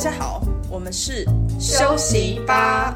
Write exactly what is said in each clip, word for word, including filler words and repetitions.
家好，我们是休息吧。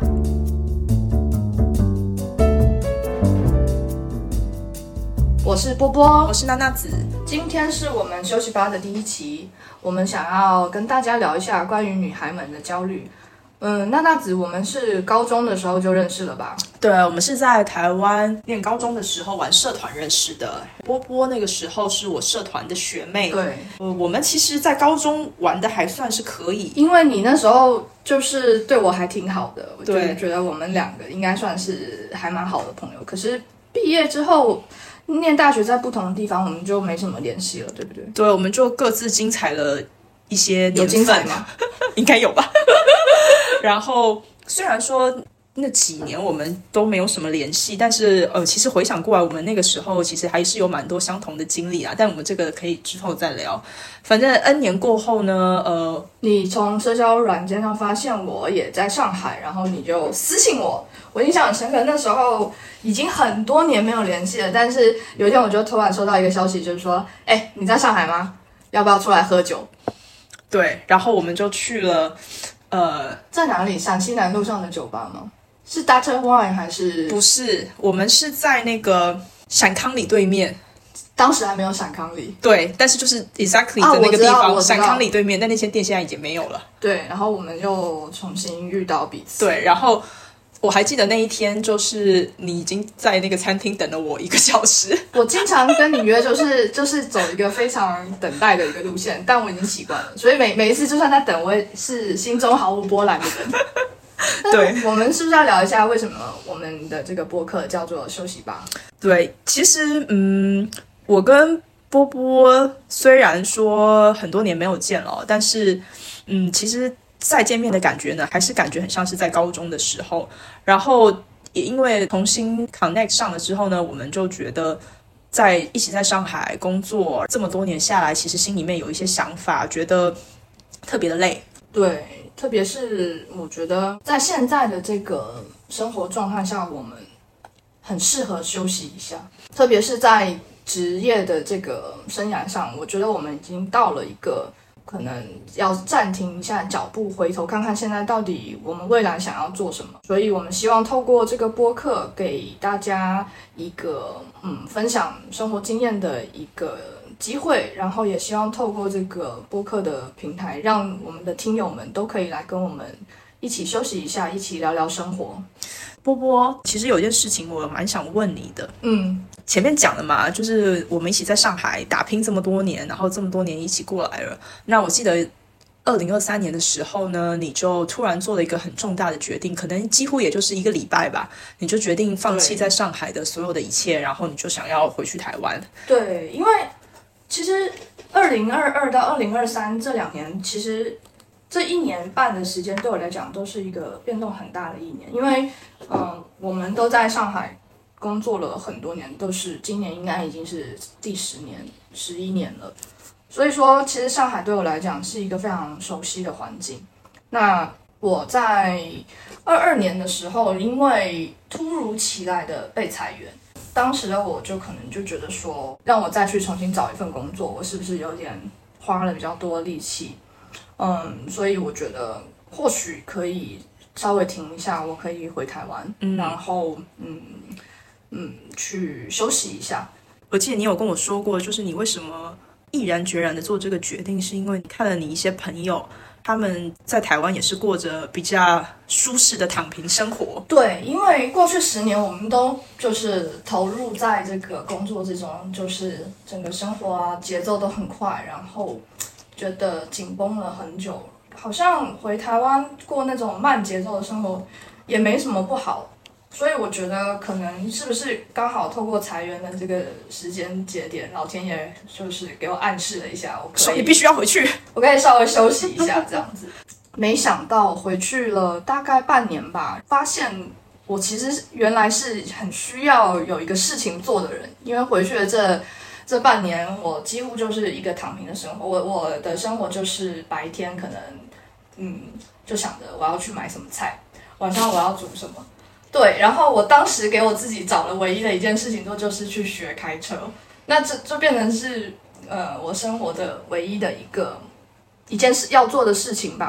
我是波波， 我是娜娜子。 今天是我们休息吧的第一期，我们想要跟大家聊一下关于女孩们的焦虑。嗯，娜娜子，我们是高中的时候就认识了吧？ 对，我们是在台湾念高中的时候玩社团认识的。波波那个时候是我社团的学妹。 对， 呃，我们其实在高中玩的还算是可以， 因为你那时候就是对我还挺好的，我就对觉得我们两个应该算是还蛮好的朋友。可是毕业之后念大学在不同的地方，我们就没什么联系了，对不对？ 对，我们就各自精彩了一些年份。 有精彩吗？ 应该有吧。然后虽然说那几年我们都没有什么联系，但是呃，其实回想过来，我们那个时候其实还是有蛮多相同的经历啊。但我们这个可以之后再聊。反正 N 年过后呢，呃， 你从社交软件上发现我也在上海，然后你就私信我，我印象很深刻。那时候已经很多年没有联系了，但是有一天我就突然收到一个消息，就是说，哎，你在上海吗？要不要出来喝酒？ 对，然后我们就去了。呃， 在哪里？陕西南路上的酒吧吗？是 Doctor Wine 还是？ 不是，我们是在那个陕康里对面。 当时还没有陕康里。 对，但是就是 exactly 啊的那个地方， 陕康里对面，但那间店现在已经没有了。 对，然后我们又重新遇到彼此。 对，然后我还记得那一天，就是你已经在那个餐厅等了我一个小时。 我经常跟你约，就是就是走一个非常等待的一个路线，但我已经习惯了，所以每每一次就算在等，我也是心中毫无波澜的等。对，我们是不是要聊一下为什么我们的这个播客叫做休息吧？ 对，其实嗯，我跟波波虽然说很多年没有见了，但是嗯，其实再见面的感觉呢，还是感觉很像是在高中的时候。然后也因为重新 connect 上了之后呢，我们就觉得在一起在上海工作这么多年下来，其实心里面有一些想法，觉得特别的累。 对，特别是我觉得在现在的这个生活状态下，我们很适合休息一下，特别是在职业的这个生涯上，我觉得我们已经到了一个可能要暂停一下脚步，回头看看现在到底我们未来想要做什么。所以我们希望透过这个播客给大家一个嗯分享生活经验的一个机会，然后也希望透过这个播客的平台，让我们的听友们都可以来跟我们一起休息一下，一起聊聊生活。 波波，其实有一件事情我蛮想问你的。 嗯， 前面讲了嘛，就是我们一起在上海打拼这么多年，然后这么多年一起过来了。那我记得二零二三年的时候呢，你就突然做了一个很重大的决定，可能几乎也就是一个礼拜吧，你就决定放弃在上海的所有的一切，然后你就想要回去台湾。 对，因为其实二零二二到二零二三这两年，其实这一年半的时间对我来讲都是一个变动很大的一年，因为嗯、呃，我们都在上海工作了很多年，都是今年应该已经是第十年、十一年了。所以说，其实上海对我来讲是一个非常熟悉的环境。那我在二二年的时候，因为突如其来的被裁员，当时的我就可能就觉得说，让我再去重新找一份工作，我是不是有点花了比较多的力气？嗯，所以我觉得或许可以稍微停一下，我可以回台湾，嗯、然后嗯嗯去休息一下。 我记得你有跟我说过，就是你为什么毅然决然的做这个决定，是因为你看了你一些朋友，他们在台湾也是过着比较舒适的躺平生活。 对，因为过去十年我们都就是投入在这个工作之中，就是整个生活啊节奏都很快，然后觉得紧绷了很久，好像回台湾过那种慢节奏的生活也没什么不好。所以我觉得可能是不是刚好透过裁员的这个时间节点，老天爷就是给我暗示了一下，我可以你必须要回去， 我可以稍微休息一下这样子。没想到回去了大概半年吧，发现我其实原来是很需要有一个事情做的人，因为回去了这这半年，我几乎就是一个躺平的生活。我我的生活就是白天可能嗯就想着我要去买什么菜，晚上我要煮什么。对，然后我当时给我自己找了唯一的一件事情做，就是去学开车。那这就变成是呃我生活的唯一的一个一件事要做的事情吧。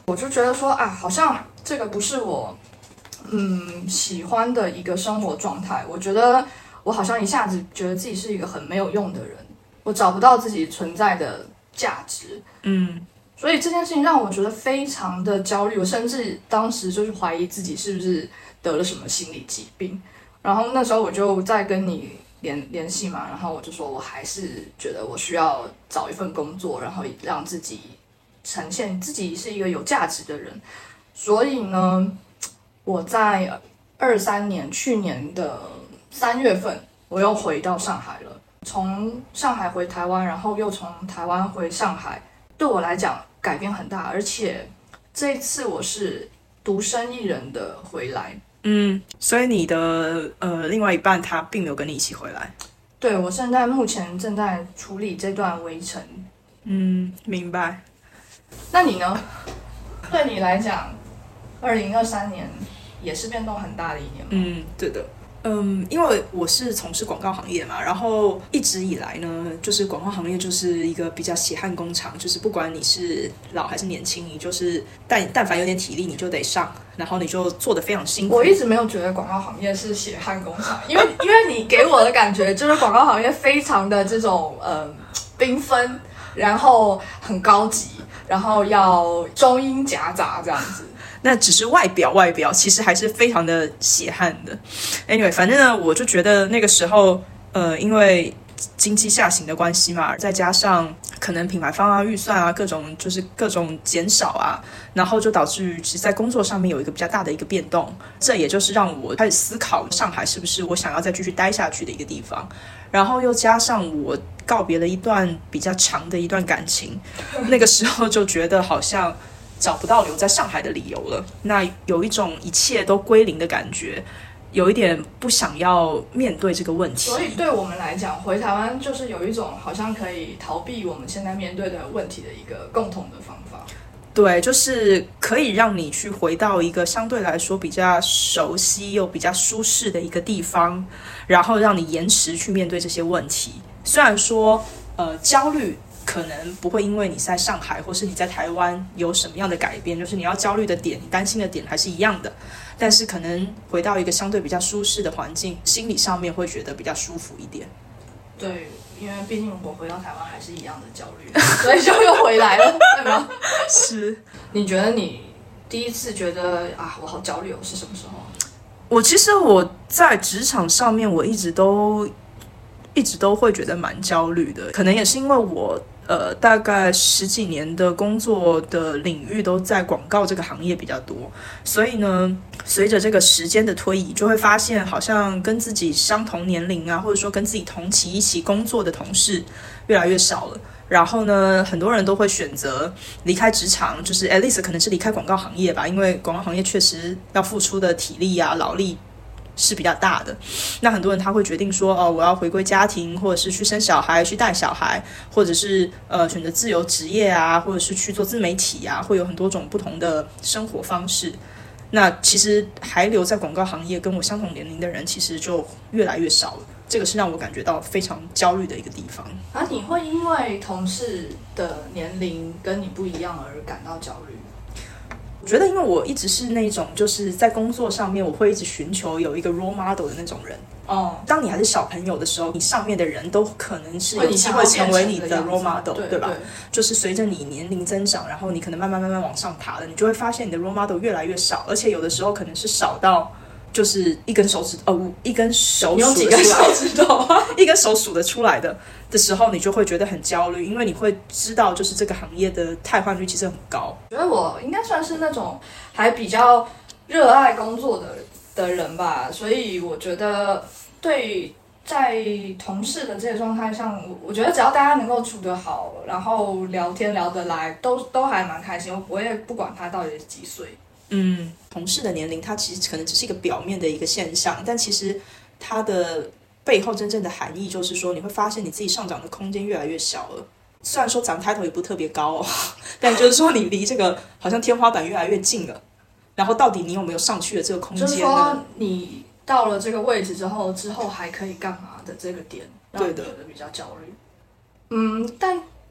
我就觉得说啊，好像这个不是我嗯喜欢的一个生活状态。我觉得我好像一下子觉得自己是一个很没有用的人，我找不到自己存在的价值。 嗯， 所以这件事情让我觉得非常的焦虑，我甚至当时就是怀疑自己是不是得了什么心理疾病。然后那时候我就在跟你联联系嘛，然后我就说我还是觉得我需要找一份工作，然后让自己呈现自己是一个有价值的人。所以呢，我在二三年去年的三月份，我又回到上海了。从上海回台湾，然后又从台湾回上海，对我来讲改变很大，而且这一次我是独身一人的回来。 嗯，所以你的呃另外一半他并没有跟你一起回来。 对，我现在目前正在处理这段围城。 嗯，明白。 那你呢？对你来讲，二零二三年也是变动很大的一年吗？ 嗯，对的。嗯，因为我是从事广告行业嘛，然后一直以来呢，就是广告行业就是一个比较血汗工厂，就是不管你是老还是年轻，你就是但但凡有点体力，你就得上，然后你就做得非常辛苦。 我一直没有觉得广告行业是血汗工厂，因为因为你给我的感觉就是广告行业非常的这种呃缤纷，然后很高级，然后要中英夹杂这样子。 那只是外表，外表其实还是非常的血汗的。Anyway， 反正呢，我就觉得那个时候，呃，因为经济下行的关系嘛，再加上可能品牌方啊、预算啊各种就是各种减少啊，然后就导致于其实在工作上面有一个比较大的一个变动。这也就是让我开始思考上海是不是我想要再继续待下去的一个地方。然后又加上我告别了一段比较长的一段感情，那个时候就觉得好像找不到留在上海的理由了，那有一种一切都归零的感觉，有一点不想要面对这个问题。 所以对我们来讲，回台湾就是有一种好像可以逃避我们现在面对的问题的一个共同的方法。 对，就是可以让你去回到一个相对来说比较熟悉又比较舒适的一个地方，然后让你延迟去面对这些问题。虽然说呃焦虑可能不会因为你在上海或是你在台湾有什么样的改变，就是你要焦虑的点、你担心的点还是一样的，但是可能回到一个相对比较舒适的环境，心理上面会觉得比较舒服一点。 对，因为毕竟我回到台湾还是一样的焦虑，所以就又回来了，对吗？ 是。 你觉得你第一次觉得啊，我好焦虑哦，是什么时候？ 我其实我在职场上面，我一直都一直都会觉得蛮焦虑的，可能也是因为我呃大概十几年的工作的领域都在广告这个行业比较多，所以呢，随着这个时间的推移，就会发现好像跟自己相同年龄啊，或者说跟自己同期一起工作的同事越来越少了。然后呢，很多人都会选择离开职场，就是 at least 可能是离开广告行业吧，因为广告行业确实要付出的体力啊、劳力是比较大的。那很多人他会决定说，哦，我要回归家庭，或者是去生小孩、去带小孩，或者是呃选择自由职业啊，或者是去做自媒体啊，会有很多种不同的生活方式。那其实还留在广告行业跟我相同年龄的人，其实就越来越少了。这个是让我感觉到非常焦虑的一个地方。 啊，你会因为同事的年龄跟你不一样而感到焦虑？ 我觉得，因为我一直是那种就是在工作上面，我会一直寻求有一个 role model 的那种人。 哦， 当你还是小朋友的时候，你上面的人都可能是有机会成为你的 role model， 对, 对吧？ 对， 就是随着你年龄增长，然后你可能慢慢慢慢往上爬了，你就会发现你的 role model 越来越少，而且有的时候可能是少到就是一根手指哦，一根手数几根手指头， 一根手数得出来的的时候，你就会觉得很焦虑，因为你会知道，就是这个行业的汰换率其实很高。 我觉得我应该算是那种还比较热爱工作的的人吧，所以我觉得对在同事的这个状态上，我我觉得只要大家能够处得好，然后聊天聊得来，都都还蛮开心。我也不管他到底是几岁。 嗯，同事的年龄，它其实可能只是一个表面的一个现象，但其实它的背后真正的含义就是说，你会发现你自己上涨的空间越来越小了。虽然说涨 title 也不特别高哦，但就是说你离这个好像天花板越来越近了。然后到底你有没有上去的这个空间呢？ 就是说你到了这个位置之后，之后还可以干嘛的这个点，让你觉得比较焦虑。嗯，但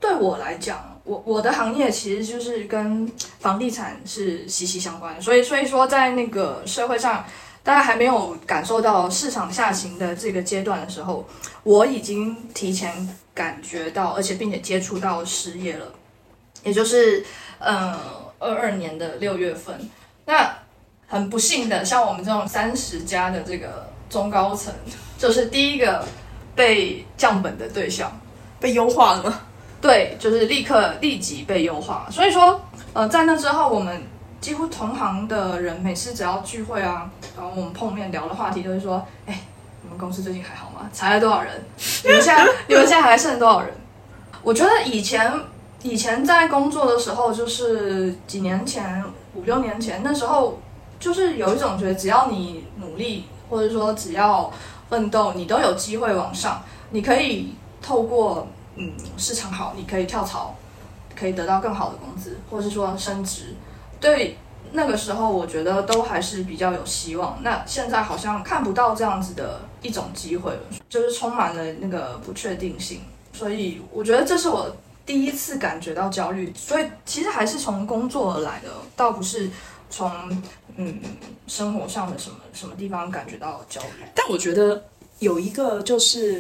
对我来讲，我我的行业其实就是跟房地产是息息相关的，所以所以说在那个社会上，大家还没有感受到市场下行的这个阶段的时候，我已经提前感觉到，而且并且接触到失业了，也就是呃二二年的六月份。那很不幸的，像我们这种三十家的这个中高层，就是第一个被降本的对象。 被优化了吗？ 对，就是立刻立即被优化。所以说，呃，在那之后，我们几乎同行的人每次只要聚会啊，然后我们碰面聊的话题都是说，哎，你们公司最近还好吗？裁了多少人？你们现在你们现在还剩多少人？我觉得以前以前在工作的时候，就是几年前五六年前，那时候就是有一种觉得，只要你努力，或者说只要奋斗，你都有机会往上，你可以透过嗯市场好，你可以跳槽，可以得到更好的工资，或是说升职。对，那个时候我觉得都还是比较有希望。那现在好像看不到这样子的一种机会了，就是充满了那个不确定性。所以我觉得这是我第一次感觉到焦虑。所以其实还是从工作而来的，倒不是从嗯生活上的什么什么地方感觉到焦虑。 但我觉得有一个就是，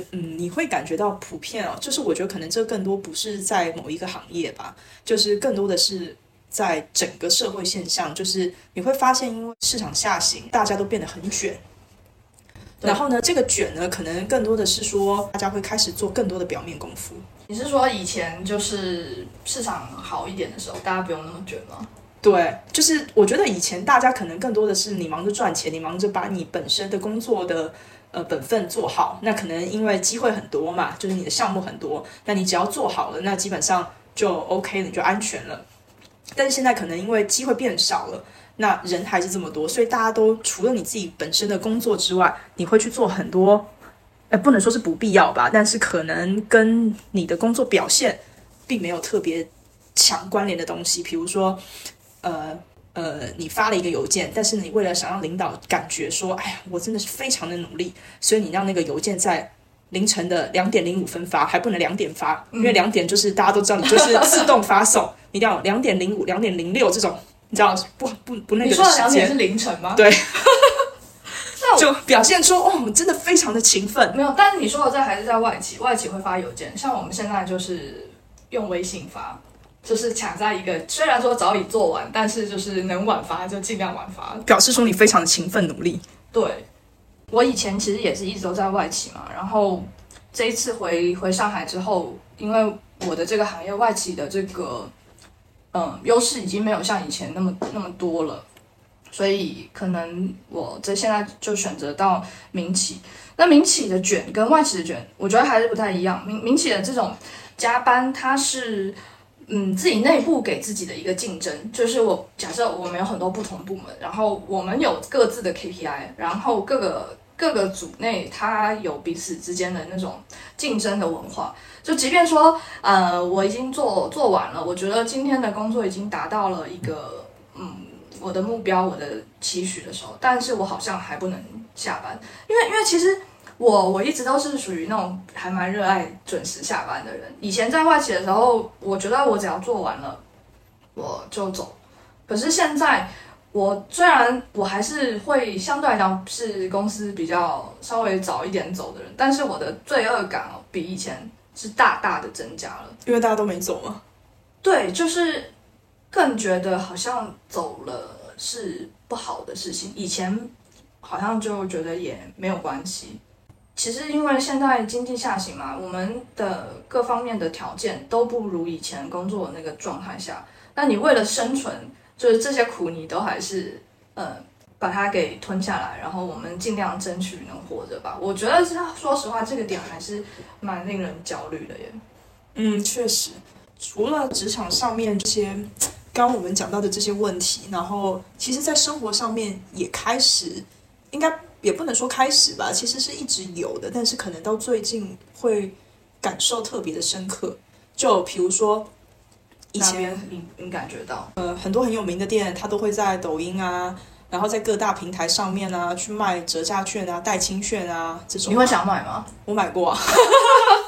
嗯，你会感觉到普遍哦，就是我觉得可能这更多不是在某一个行业吧，就是更多的是在整个社会现象，就是你会发现，因为市场下行，大家都变得很卷。然后呢，这个卷呢，可能更多的是说，大家会开始做更多的表面功夫。 你是说以前就是市场好一点的时候，大家不用那么卷吗？ 对，就是我觉得以前大家可能更多的是你忙着赚钱，你忙着把你本身的工作的呃本分做好。那可能因为机会很多嘛，就是你的项目很多，那你只要做好了，那基本上就 OK 了，你就安全了。但是现在可能因为机会变少了，那人还是这么多，所以大家都除了你自己本身的工作之外，你会去做很多，呃，不能说是不必要吧，但是可能跟你的工作表现并没有特别强关联的东西，比如说，呃呃，你发了一个邮件，但是你为了想让领导感觉说，哎呀，我真的是非常的努力，所以你让那个邮件在凌晨的两点零五分发，还不能两点发，因为两点就是大家都知道你就是自动发送，你一定要两点零五、两点零六这种，你知道不不不那个的时间。 你说的两点是凌晨吗？ 对。就表现出哦，我们真的非常的勤奋。 没有，但是你说的这还是在外企，外企会发邮件，像我们现在就是用微信发，就是卡在一个虽然说早已做完，但是就是能晚发就尽量晚发， 表示说你非常的勤奋努力。 对，我以前其实也是一直都在外企嘛，然后这一次回回上海之后，因为我的这个行业外企的这个嗯优势已经没有像以前那么那么多了。所以可能我这现在就选择到民企，那民企的卷跟外企的卷，我觉得还是不太一样。民民企的这种加班，它是嗯自己内部给自己的一个竞争，就是我假设我们有很多不同部门，然后我们有各自的 K P I， 然后各个各个组内它有彼此之间的那种竞争的文化。就即便说呃我已经做做完了，我觉得今天的工作已经达到了一个嗯。我的目标，我的期许的时候，但是我好像还不能下班，因为因为其实我我一直都是属于那种还蛮热爱准时下班的人。以前在外企的时候，我觉得我只要做完了我就走，可是现在我虽然我还是会相对来讲是公司比较稍微早一点走的人，但是我的罪恶感哦比以前是大大的增加了， 因为大家都没走嘛。 对，就是更觉得好像走了是不好的事情，以前好像就觉得也没有关系。其实因为现在经济下行嘛，我们的各方面的条件都不如以前工作的那个状态下，那你为了生存，就是这些苦你都还是呃把它给吞下来，然后我们尽量争取能活着吧。我觉得说实话，这个点还是蛮令人焦虑的耶。 嗯，确实，除了职场上面这些刚刚我们讲到的这些问题，然后其实在生活上面也开始，应该也不能说开始吧，其实是一直有的，但是可能到最近会感受特别的深刻。就比如说以前你你感觉到呃很多很有名的店，它都会在抖音啊，然后在各大平台上面啊去卖折价券啊、代金券啊这种。 你会想买吗？ 我买过啊。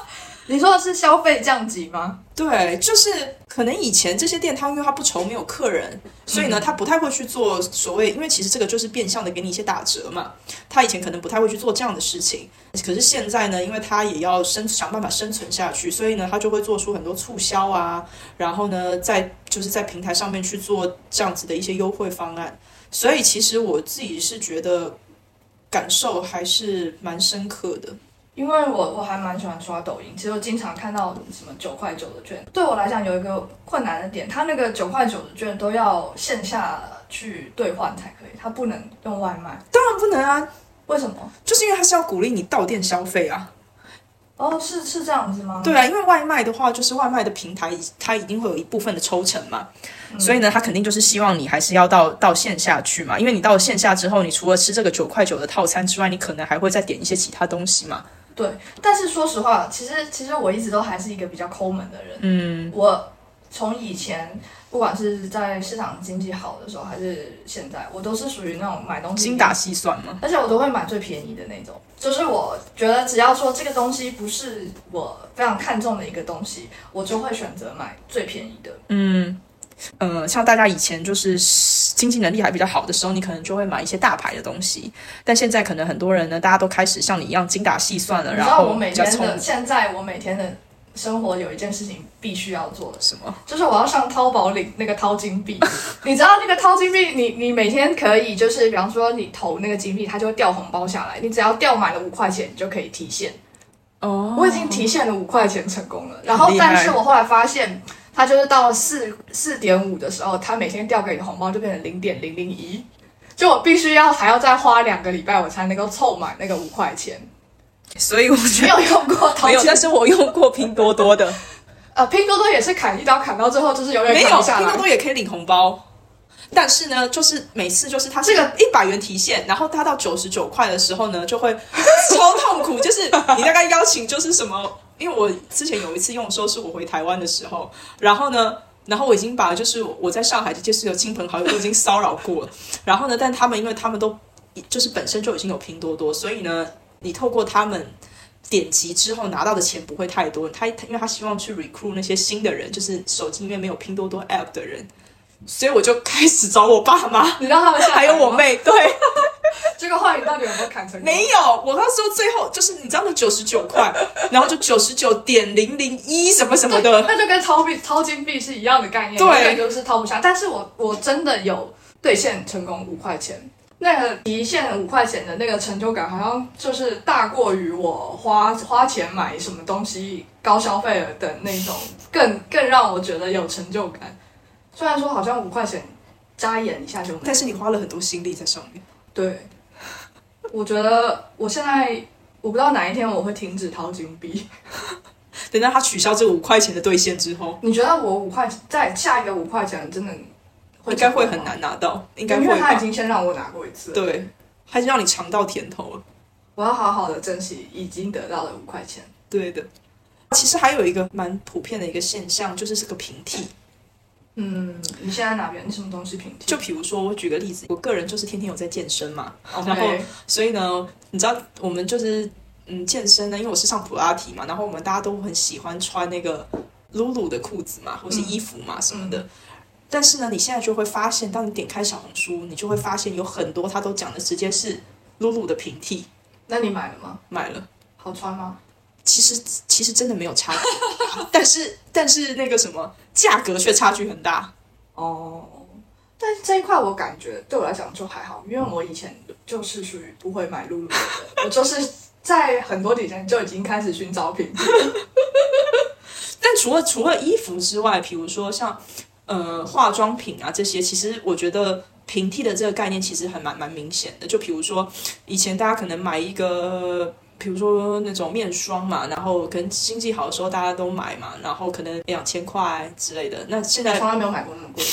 你说的是消费降级吗？ 对，就是可能以前这些店它因为它不愁没有客人，所以呢它不太会去做所谓，因为其实这个就是变相的给你一些打折嘛，它以前可能不太会去做这样的事情，可是现在呢，因为它也要生想办法生存下去，所以呢它就会做出很多促销啊，然后呢在就是在平台上面去做这样子的一些优惠方案，所以其实我自己是觉得感受还是蛮深刻的。 因为我我还蛮喜欢刷抖音，其实我经常看到什么九块九的券。对我来讲有一个困难的点，它那个九块九的券都要线下去兑换才可以，它不能用外卖。 当然不能啊， 为什么？ 就是因为它是要鼓励你到店消费啊。 哦，是是这样子吗？ 对啊，因为外卖的话，就是外卖的平台它一定会有一部分的抽成嘛，嗯、所以呢，它肯定就是希望你还是要到到线下去嘛，因为你到了线下之后，你除了吃这个九块九的套餐之外，你可能还会再点一些其他东西嘛。 对，但是说实话，其实其实我一直都还是一个比较抠门的人。 嗯， 我从以前不管是在市场经济好的时候，还是现在，我都是属于那种买东西精打细算嘛， 而且我都会买最便宜的那种。就是我觉得只要说这个东西不是我非常看重的一个东西，我就会选择买最便宜的。 嗯。呃，像大家以前就是经济能力还比较好的时候，你可能就会买一些大牌的东西。但现在可能很多人呢，大家都开始像你一样精打细算了。 你知道我每然后天的现在我每天的生活有一件事情必须要做的， 什么？ 就是我要上淘宝领那个淘金币。你知道那个淘金币，你你每天可以就是比方说你投那个金币，它就会掉红包下来。你只要掉满了五块钱，你就可以提现。 哦， 我已经提现了五块钱成功了。然后，但是我后来发现。它就是到四四点五的时候，它每天掉给你的红包就变成零点零零一，就我必须要还要再花两个礼拜，我才能够凑满那个五块钱。 所以我觉得没有用过淘金， 没有，但是我用过拼多多的。 呃，拼多多也是砍一刀砍到最后就是永远砍不下来。没有，拼多多也可以领红包，但是呢，就是每次就是它这个一百元提现，然后它到九十九块的时候呢，就会超痛苦，就是你大概邀请就是什么。因为我之前有一次用的时候是我回台湾的时候，然后呢，然后我已经把就是我在上海这些是有亲朋好友都已经骚扰过了，然后呢，但他们因为他们都就是本身就已经有拼多多，所以呢，你透过他们点击之后拿到的钱不会太多，他因为他希望去 recruit 那些新的人，就是手机里面没有拼多多 app 的人，所以我就开始找我爸妈， 你让他们下载吗？ 还有我妹，对。 这个话你到底有没有砍成功？ 没有，我那时候最后就是你知道那九十九块，然后就九十九点零零一什么什么的， 那就跟淘币、淘金币是一样的概念， 对， 就是掏不下。但是我我真的有兑现成功五块钱，那个提现五块钱的那个成就感，好像就是大过于我花花钱买什么东西高消费了的那种，更更让我觉得有成就感。虽然说好像五块钱眨眼一下就没， 但是你花了很多心力在上面。 对。我觉得我现在我不知道哪一天我会停止淘金币， 等到他取消这个五块钱的兑现之后， 你觉得我五块再下一个五块钱真的会应该会很难拿到，应该会吧， 因为他已经先让我拿过一次了， 对，还是让你尝到甜头了。 我要好好的珍惜已经得到的五块钱。 对的，其实还有一个蛮普遍的一个现象，就是这个平替。 嗯，你现在哪边？你什么东西平替？ 就比如说，我举个例子，我个人就是天天有在健身嘛， okay. 然后所以呢，你知道我们就是嗯健身呢，因为我是上普拉提嘛，然后我们大家都很喜欢穿那个 Lulu 的裤子嘛，或是衣服嘛、嗯、什么的。但是呢，你现在就会发现，当你点开小红书，你就会发现有很多他都讲的直接是 Lulu 的平替。 那你买了吗？ 买了。 好穿吗？ 其实其实真的没有差别，但是但是那个什么价格却差距很大哦。但是这一块我感觉对我来讲就还好，因为我以前就是属于不会买露露的人，我就是在很多年前就已经开始寻找品质。 但除了除了衣服之外，比如说像呃化妆品啊这些，其实我觉得平替的这个概念其实还蛮蛮明显的。就比如说以前大家可能买一个。比如说那种面霜嘛，然后可能经济好的时候大家都买嘛，然后可能两千块之类的。那现在从来没有买过那么贵。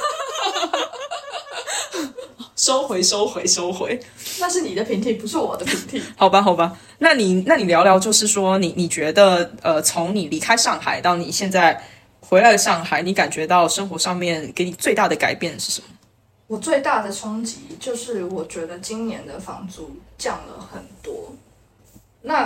收回，收回，收回。 那是你的平替，不是我的平替。 好吧，好吧。那你那你聊聊，就是说你你觉得呃，从你离开上海到你现在回来上海，你感觉到生活上面给你最大的改变是什么？ 我最大的冲击就是我觉得今年的房租降了很多。那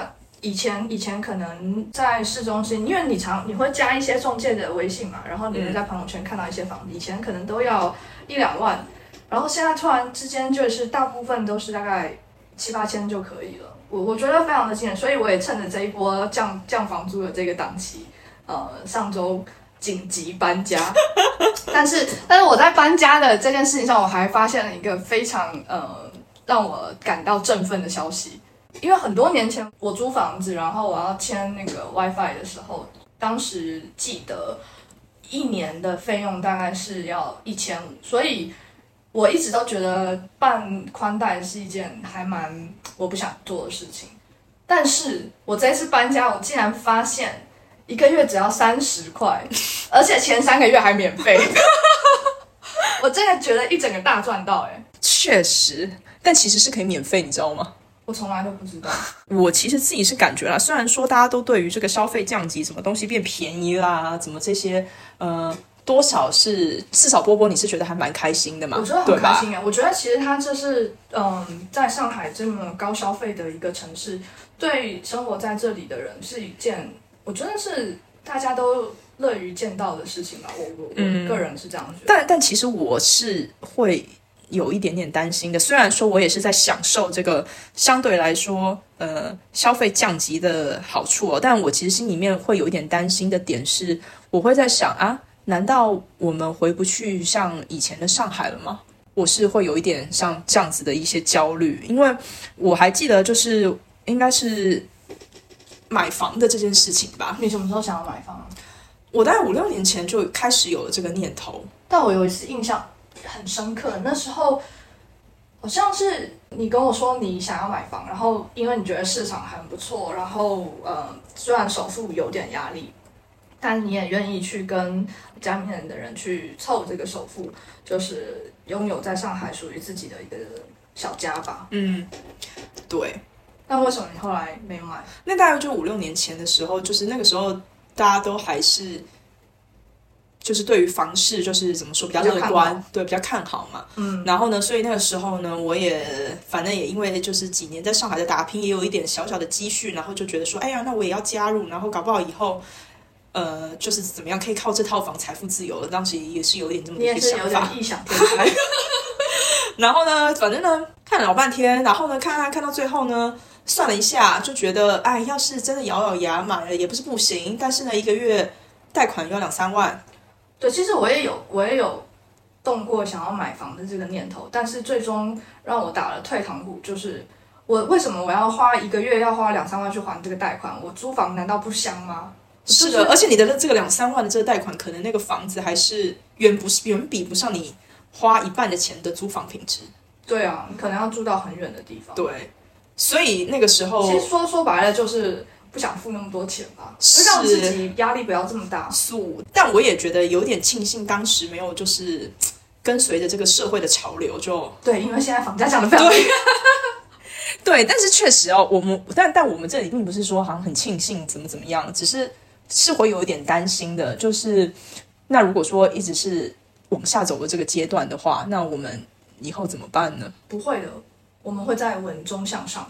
以前以前可能在市中心，因为你常你会加一些中介的微信嘛，然后你会在朋友圈看到一些房子，以前可能都要一两万，然后现在突然之间就是大部分都是大概七八千就可以了。我我觉得非常的惊人，所以我也趁着这一波降降房租的这个档期，呃，上周紧急搬家。但是但是我在搬家的这件事情上，我还发现了一个非常呃让我感到振奋的消息。因为很多年前我租房子，然后我要签那个 WiFi 的时候，当时记得一年的费用大概是要一千五，所以我一直都觉得办宽带是一件还蛮我不想做的事情。但是我这次搬家，我竟然发现一个月只要三十块，而且前三个月还免费。我真的觉得一整个大赚到哎、欸！ 确实，但其实是可以免费，你知道吗？ 我从来都不知道。 我其实自己是感觉啦，虽然说大家都对于这个消费降级，什么东西变便宜啦，怎么这些，呃，多少是至少波波你是觉得还蛮开心的嘛？ 我觉得很开心啊！我觉得其实它这是嗯，在上海这么高消费的一个城市，对生活在这里的人是一件，我觉得是大家都乐于见到的事情吧。我我我个人是这样觉得。 嗯、但但其实我是会有一点点担心的，虽然说我也是在享受这个相对来说呃消费降级的好处哦，但我其实心里面会有一点担心的点是，我会在想啊，难道我们回不去像以前的上海了吗？我是会有一点像这样子的一些焦虑，因为我还记得就是应该是买房的这件事情吧。 你什么时候想要买房？ 我大概五六年前就开始有了这个念头， 但我有一次印象很深刻，那时候好像是你跟我说你想要买房，然后因为你觉得市场很不错，然后呃虽然首付有点压力，但你也愿意去跟家里面的人去凑这个首付，就是拥有在上海属于自己的一个小家吧。 嗯，对。 但为什么你后来没有买？ 那大概就五六年前的时候，就是那个时候大家都还是就是对于房市就是怎么说比较乐观，对，比较看好嘛。嗯，然后呢，所以那个时候呢，我也反正也因为就是几年在上海的打拼，也有一点小小的积蓄，然后就觉得说，哎呀，那我也要加入，然后搞不好以后。呃，就是怎么样可以靠这套房财富自由了？当时也是有一点这么一个想法， 你也是有点异想天开。 然后呢，反正呢看了老半天，然后呢看看看到最后呢，算了一下，就觉得，哎，要是真的咬咬牙买了也不是不行，但是呢，一个月贷款要两三万。 对，其实我也有，我也有动过想要买房的这个念头，但是最终让我打了退堂鼓，就是我为什么我要花一个月要花两三万去还这个贷款？我租房难道不香吗？ 是的，而且你的这个两三万的这个贷款，可能那个房子还是远不是远比不上你花一半的钱的租房品质。 对啊，你可能要住到很远的地方。 对，所以那个时候， 其实说说白了就是不想付那么多钱吧，就让自己压力不要这么大。 素，但我也觉得有点庆幸当时没有就是跟随着这个社会的潮流就。 对，因为现在房价涨得非常厉害。 对，但是确实哦，我们但但我们这里并不是说好像很庆幸怎么怎么样，只是。是会有一点担心的，就是那如果说一直是往下走的这个阶段的话，那我们以后怎么办呢？ 不会的，我们会在稳中向上。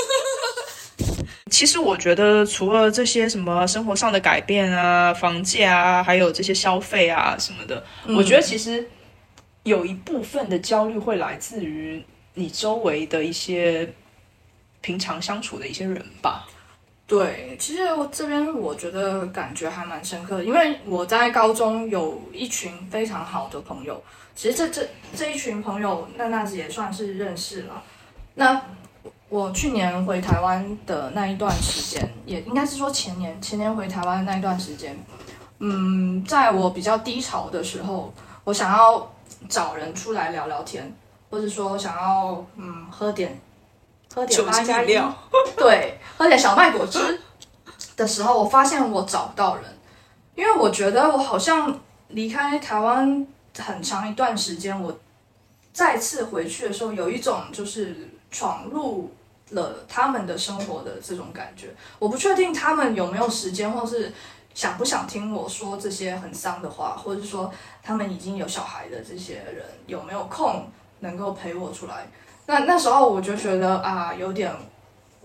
其实我觉得，除了这些什么生活上的改变啊、房价啊，还有这些消费啊什么的，嗯、我觉得其实有一部分的焦虑会来自于你周围的一些平常相处的一些人吧。 对，其实我这边我觉得感觉还蛮深刻的，因为我在高中有一群非常好的朋友，其实这这这一群朋友，那那也算是认识了。那我去年回台湾的那一段时间，也应该是说前年前年回台湾的那一段时间，嗯，在我比较低潮的时候，我想要找人出来聊聊天，或者说想要嗯喝点。喝点八加一，对，喝点小麦果汁的时候，我发现我找不到人，因为我觉得我好像离开台湾很长一段时间，我再次回去的时候，有一种就是闯入了他们的生活的这种感觉。我不确定他们有没有时间，或是想不想听我说这些很丧的话，或者说他们已经有小孩的这些人有没有空能够陪我出来。那那时候我就觉得啊，有点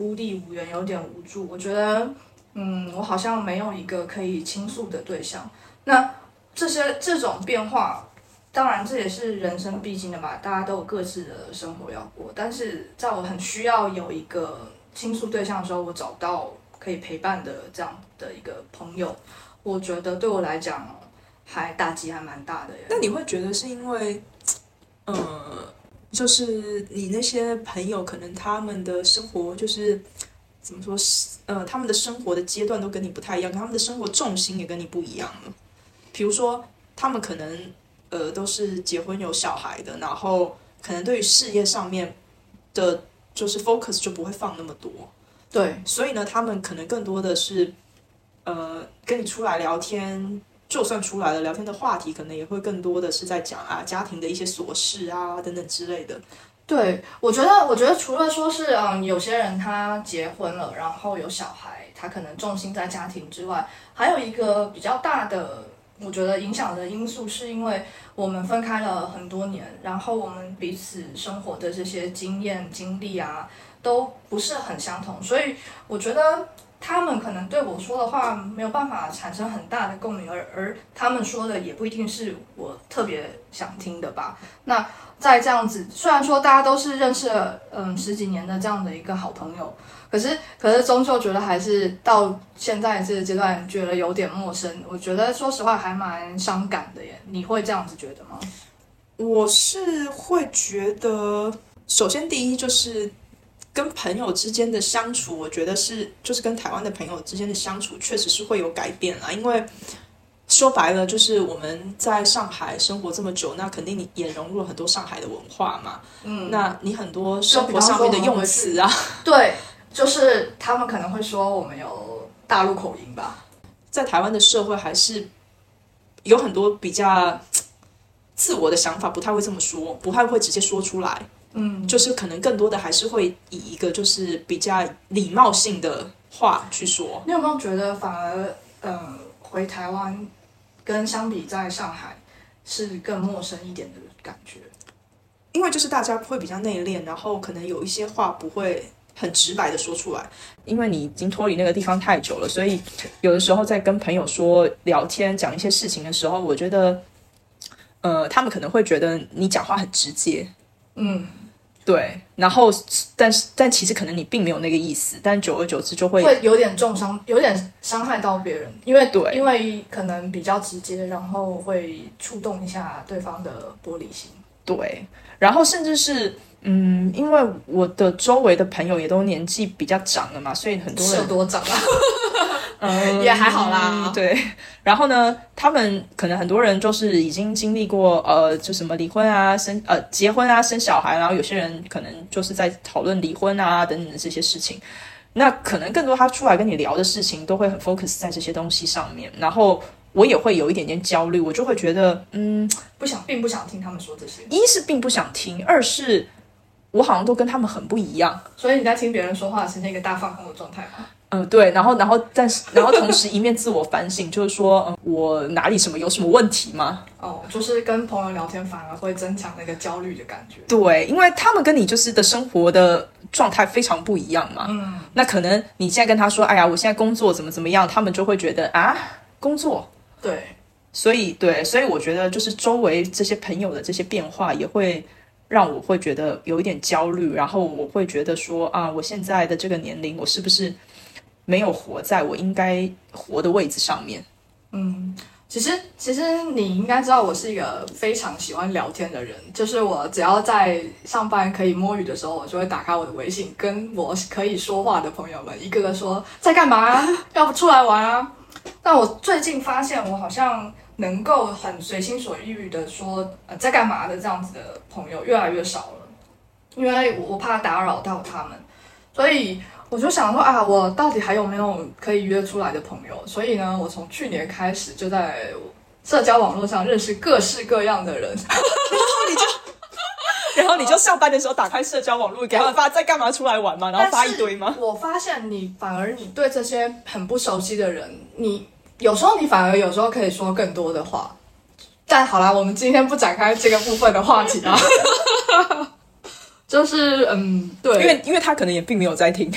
孤立无援，有点无助。我觉得，嗯，我好像没有一个可以倾诉的对象。那这些这种变化，当然这也是人生必经的嘛，大家都有各自的生活要过。但是在我很需要有一个倾诉对象的时候，我找不到可以陪伴的这样的一个朋友，我觉得对我来讲还打击还蛮大的耶。 那你会觉得是因为，呃，就是你那些朋友可能他们的生活就是怎么说，呃，他们的生活的阶段都跟你不太一样，他们的生活重心也跟你不一样了。比如说，他们可能呃都是结婚有小孩的，然后可能对于事业上面的，就是 focus 就不会放那么多。 对， 所以呢，他们可能更多的是，呃，跟你出来聊天，就算出来了，聊天的话题可能也会更多的是在讲啊家庭的一些琐事啊等等之类的。 对，我觉得，我觉得除了说是嗯，有些人他结婚了，然后有小孩，他可能重心在家庭之外，还有一个比较大的。我觉得影响的因素是因为我们分开了很多年，然后我们彼此生活的这些经验经历啊都不是很相同，所以我觉得他们可能对我说的话没有办法产生很大的共鸣，而而他们说的也不一定是我特别想听的吧。那在这样子，虽然说大家都是认识了嗯十几年的这样的一个好朋友，可是可是终究觉得还是到现在这个阶段觉得有点陌生。我觉得说实话还蛮伤感的耶，你会这样子觉得吗？ 我是会觉得，首先第一就是跟朋友之间的相处，我觉得是就是跟台湾的朋友之间的相处确实是会有改变啦，因为说白了就是我们在上海生活这么久，那肯定你也融入了很多上海的文化嘛。嗯，那你很多生活上面的用词啊， 对，就是他们可能会说我们有大陆口音吧。 在台湾的社会还是有很多比较自我的想法，不太会这么说，不太会直接说出来。嗯，就是可能更多的还是会以一个就是比较礼貌性的话去说。 你有没有觉得反而呃回台湾跟相比在上海是更陌生一点的感觉？ 因为就是大家会比较内敛，然后可能有一些话不会很直白的说出来，因为你已经脱离那个地方太久了，所以有的时候在跟朋友说聊天讲一些事情的时候，我觉得呃他们可能会觉得你讲话很直接。嗯，对，然后但是但其实可能你并没有那个意思，但久而久之就会会有点重伤，有点伤害到别人，因为对，因为可能比较直接，然后会触动一下对方的玻璃心。 对，然后甚至是嗯，因为我的周围的朋友也都年纪比较长了嘛，所以很多人是有多长啊？嗯，也还好啦。 对，然后呢，他们可能很多人就是已经经历过呃，就什么离婚啊、生呃结婚啊、生小孩，然后有些人可能就是在讨论离婚啊等等的这些事情。那可能更多他出来跟你聊的事情，都会很 focus 在这些东西上面，然后我也会有一点点焦虑，我就会觉得嗯， 不想，并不想听他们说这些。 一是并不想听，二是我好像都跟他们很不一样。 所以你在听别人说话，呈现一个大放空的状态吗？ 嗯，对，然后，然后，但是，然后同时一面自我反省，就是说，嗯，我哪里什么有什么问题吗？ 哦，就是跟朋友聊天反而会增强那个焦虑的感觉。 对，因为他们跟你就是的生活的状态非常不一样嘛。嗯，那可能你现在跟他说，哎呀，我现在工作怎么怎么样，他们就会觉得啊，工作。 对， 所以对，所以我觉得就是周围这些朋友的这些变化也会让我会觉得有一点焦虑，然后我会觉得说啊，我现在的这个年龄，我是不是没有活在我应该活的位置上面？ 嗯，其实其实你应该知道，我是一个非常喜欢聊天的人。就是我只要在上班可以摸鱼的时候，我就会打开我的微信，跟我可以说话的朋友们一个个说在干嘛，要不出来玩啊？但我最近发现，我好像能够很随心所欲的说呃在干嘛的这样子的朋友越来越少了，因为我怕打扰到他们，所以我就想说啊，我到底还有没有可以约出来的朋友？所以呢，我从去年开始就在社交网络上认识各式各样的人，然后你就。然后你就上班的时候打开社交网络给他们发在干嘛出来玩吗？然后发一堆吗？ 我发现你反而你对这些很不熟悉的人，你有时候你反而有时候可以说更多的话。但好啦，我们今天不展开这个部分的话题啦。就是嗯，对， 因为因为他可能也并没有在听。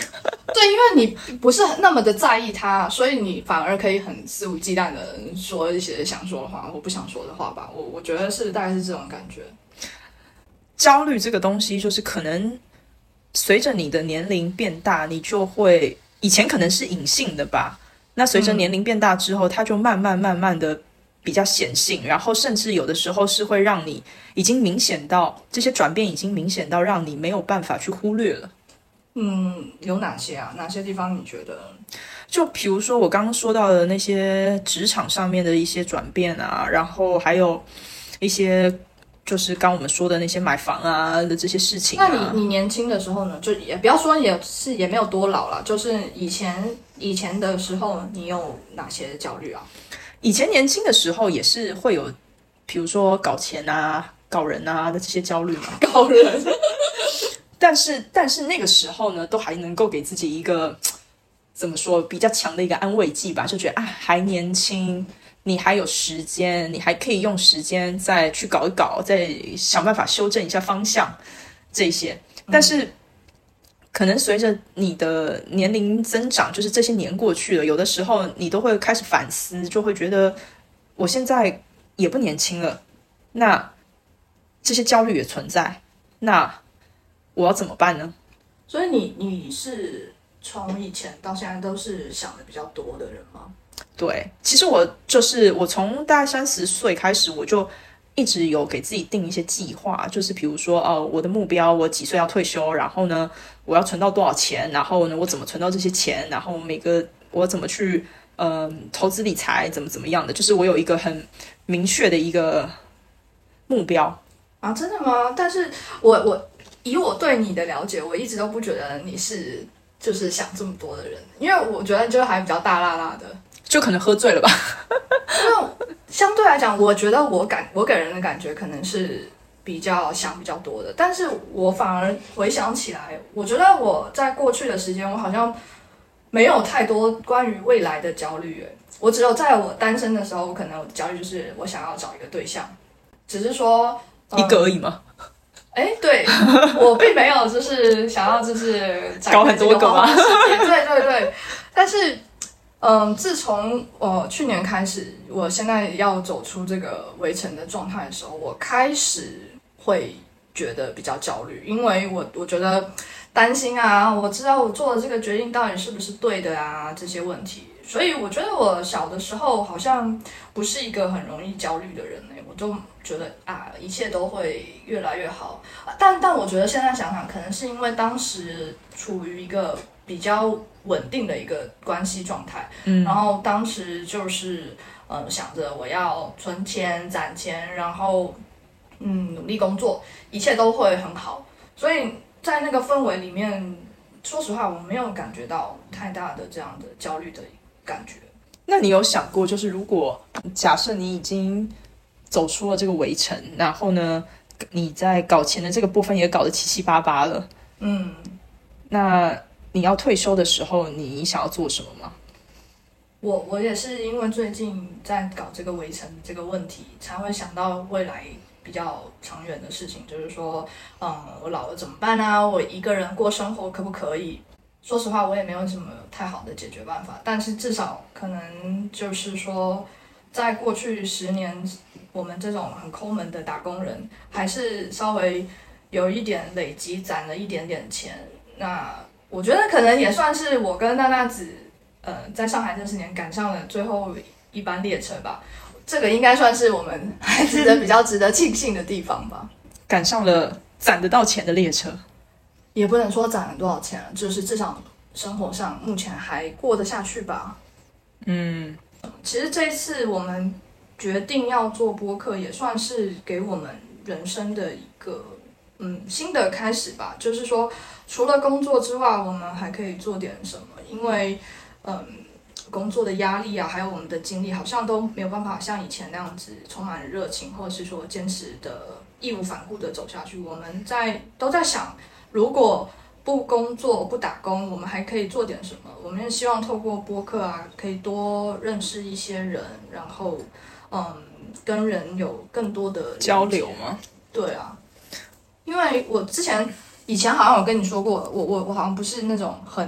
对，因为你不是那么的在意它，所以你反而可以很肆无忌惮的说一些想说的话或不想说的话吧。我我觉得是大概是这种感觉。 焦虑这个东西，就是可能随着你的年龄变大，你就会以前可能是隐性的吧，那随着年龄变大之后，它就慢慢慢慢的比较显性，然后甚至有的时候是会让你已经明显到这些转变已经明显到让你没有办法去忽略了。 嗯，有哪些啊？哪些地方你觉得？ 就比如说我刚刚说到的那些职场上面的一些转变啊，然后还有一些就是刚我们说的那些买房啊的这些事情啊。 那你你年轻的时候呢？就也不要说也是也没有多老了，就是以前以前的时候，你有哪些焦虑啊？ 以前年轻的时候也是会有，比如说搞钱啊、搞人啊的这些焦虑嘛。 搞人。 但是但是那个时候呢，都还能够给自己一个怎么说比较强的一个安慰剂吧，就觉得啊还年轻，你还有时间，你还可以用时间再去搞一搞，再想办法修正一下方向这些。但是可能随着你的年龄增长，就是这些年过去了，有的时候你都会开始反思，就会觉得我现在也不年轻了，那这些焦虑也存在，那我要怎么办呢？ 所以你你是从以前到现在都是想的比较多的人吗？ 对，其实我就是我从大概三十岁开始，我就一直有给自己定一些计划，就是比如说哦，我的目标我几岁要退休，然后呢我要存到多少钱，然后呢我怎么存到这些钱，然后每个我怎么去呃投资理财，怎么怎么样的，就是我有一个很明确的一个目标啊。真的吗？但是我我以我对你的了解，我一直都不觉得你是就是想这么多的人，因为我觉得就还比较大辣辣的， 就可能喝醉了吧。 因为相对来讲，我觉得我感我给人的感觉可能是比较想比较多的，但是我反而回想起来，我觉得我在过去的时间，我好像没有太多关于未来的焦虑。我只有在我单身的时候，我可能我的焦虑就是我想要找一个对象，只是说、 嗯、一个而已吗？ 哎，对，我并没有就是想要就是搞很多个吗？ 对对对，但是。嗯，自从我去年开始，我现在要走出这个围城的状态的时候，我开始会觉得比较焦虑，因为我我觉得担心啊，我知道我做的这个决定到底是不是对的啊，这些问题，所以我觉得我小的时候好像不是一个很容易焦虑的人哎，我就觉得啊，一切都会越来越好，但但我觉得现在想想，可能是因为当时处于一个比较稳定的一个关系状态，嗯，然后当时就是呃想着我要存钱攒钱，然后嗯努力工作，一切都会很好，所以在那个氛围里面，说实话我没有感觉到太大的这样的焦虑的感觉。 那你有想过，就是如果假设你已经走出了这个围城，然后呢你在搞钱的这个部分也搞得七七八八了，嗯，那你要退休的时候，你想要做什么吗？ 我我也是因为最近在搞这个围城这个问题，才会想到未来比较长远的事情，就是说，嗯，我老了怎么办啊？我一个人过生活可不可以？说实话，我也没有什么太好的解决办法，但是至少可能就是说，在过去十年，我们这种很抠门的打工人，还是稍微有一点累积，攒了一点点钱，那。我觉得可能也算是我跟娜娜子，呃，在上海这十年赶上了最后一班列车吧。这个应该算是我们还值得比较值得庆幸的地方吧。 赶上了攒得到钱的列车， 也不能说攒了多少钱，就是至少生活上目前还过得下去吧。嗯，其实这一次我们决定要做播客，也算是给我们人生的一个嗯新的开始吧。就是说。除了工作之外，我们还可以做点什么？因为，嗯，工作的压力啊，还有我们的精力，好像都没有办法像以前那样子充满热情，或者是说坚持的义无反顾的走下去。我们在都在想，如果不工作不打工，我们还可以做点什么？我们也希望透过播客啊，可以多认识一些人，然后，嗯，跟人有更多的交流吗？ 对啊，因为我之前。以前好像有跟你说过，我我我好像不是那种很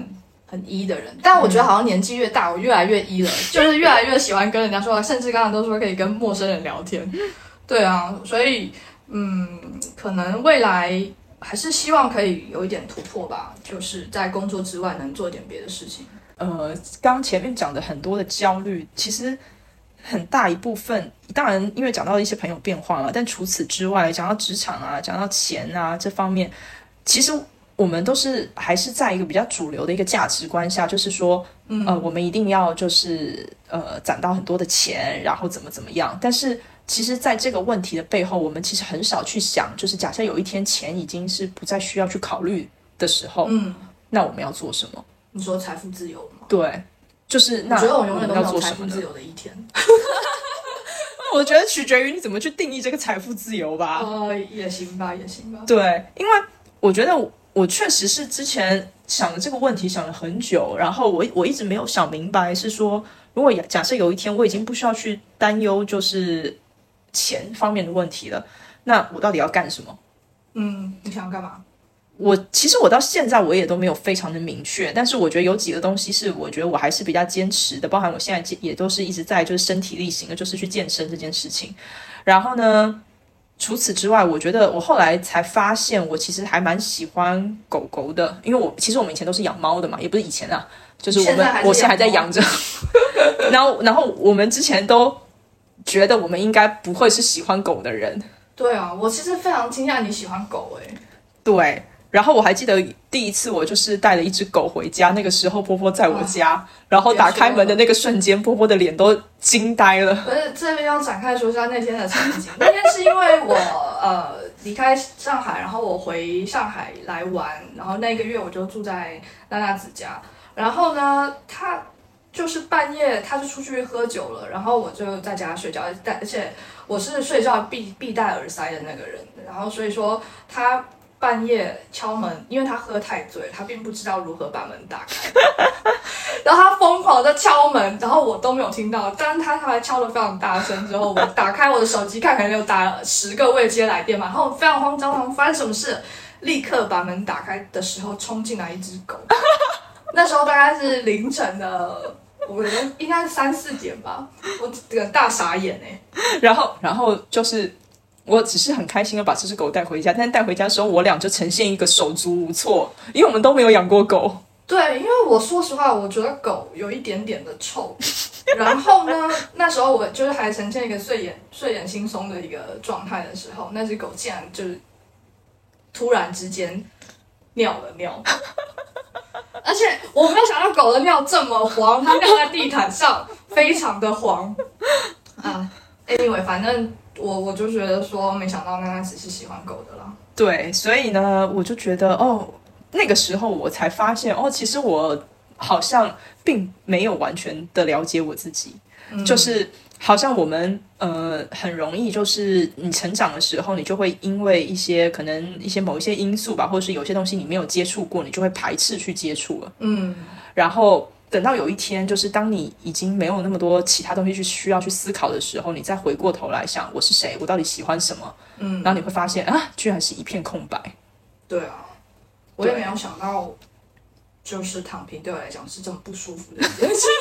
很 E 的人，但我觉得好像年纪越大，我越来越 E 了，就是越来越喜欢跟人家说话，甚至刚刚都说可以跟陌生人聊天。对啊，所以嗯，可能未来还是希望可以有一点突破吧，就是在工作之外能做点别的事情。 呃，刚前面讲的很多的焦虑，其实很大一部分，当然因为讲到一些朋友变化了，但除此之外，讲到职场啊，讲到钱啊这方面，其实我们都是还是在一个比较主流的一个价值观下，就是说，呃，我们一定要就是呃攒到很多的钱，然后怎么怎么样。但是其实在这个问题的背后，我们其实很少去想，就是假设有一天钱已经是不再需要去考虑的时候，嗯，那我们要做什么？ 你说财富自由吗？ 对，就是那我觉得我永远都没要有做什么呢？ 财富自由的一天。 我觉得取决于你怎么去定义这个财富自由吧。 呃，也行吧，也行吧。 对，因为我觉得我确实是之前想的这个问题想了很久，然后我我一直没有想明白，是说如果假设有一天我已经不需要去担忧就是钱方面的问题了，那我到底要干什么？ 嗯，你想要干嘛？ 我其实我到现在我也都没有非常的明确，但是我觉得有几个东西是我觉得我还是比较坚持的，包含我现在也都是一直在就是身体力行的，就是去健身这件事情。然后呢，除此之外，我觉得我后来才发现，我其实还蛮喜欢狗狗的，因为我其实我们以前都是养猫的嘛，也不是以前啊，就是我们我现在还在养着。然后然后我们之前都觉得我们应该不会是喜欢狗的人。 对啊，我其实非常惊讶你喜欢狗诶、欸。 对。然后我还记得第一次我就是带了一只狗回家，那个时候波波在我家，啊、然后打开门的那个瞬间，波波的脸都惊呆了。 不是，这边要展开说一下那天的场景。那天是因为我呃离开上海，然后我回上海来玩，然后那个月我就住在娜娜子家。然后呢，他就是半夜他就出去喝酒了，然后我就在家睡觉，而且我是睡觉必必戴耳塞的那个人，然后所以说他。半夜敲门，因为他喝太醉，他并不知道如何把门打开，然后他疯狂的敲门，然后我都没有听到，但是他还敲得非常大声。之后我打开我的手机看，可能有打了十个未接来电嘛，然后非常慌张，发生什么事？立刻把门打开的时候，冲进来一只狗。那时候大概是凌晨的，我觉得应该是三四点吧，我这个大傻眼哎、 欸。然后，然后就是。我只是很开心的把这只狗带回家，但是带回家的时候，我俩就呈现一个手足无措，因为我们都没有养过狗。 对，因为我说实话，我觉得狗有一点点的臭。然后呢，那时候我就是还呈现一个睡眼睡眼惺忪的一个状态的时候，那只狗竟然就是突然之间尿了尿，而且我没有想到狗的尿这么黄，它尿在地毯上，非常的黄啊。Anyway， 反正。我我就觉得说，没想到娜娜只是喜欢狗的啦。 对，所以呢，我就觉得哦，那个时候我才发现哦，其实我好像并没有完全的了解我自己，嗯、就是好像我们呃很容易就是你成长的时候，你就会因为一些可能一些某一些因素吧，或者是有些东西你没有接触过，你就会排斥去接触了。嗯，然后。等到有一天，就是当你已经没有那么多其他东西去需要去思考的时候，你再回过头来想我是谁，我到底喜欢什么，嗯，然后你会发现啊，居然是一片空白。 对啊，我也没有想到，就是躺平对我来讲是这么不舒服的一件事情。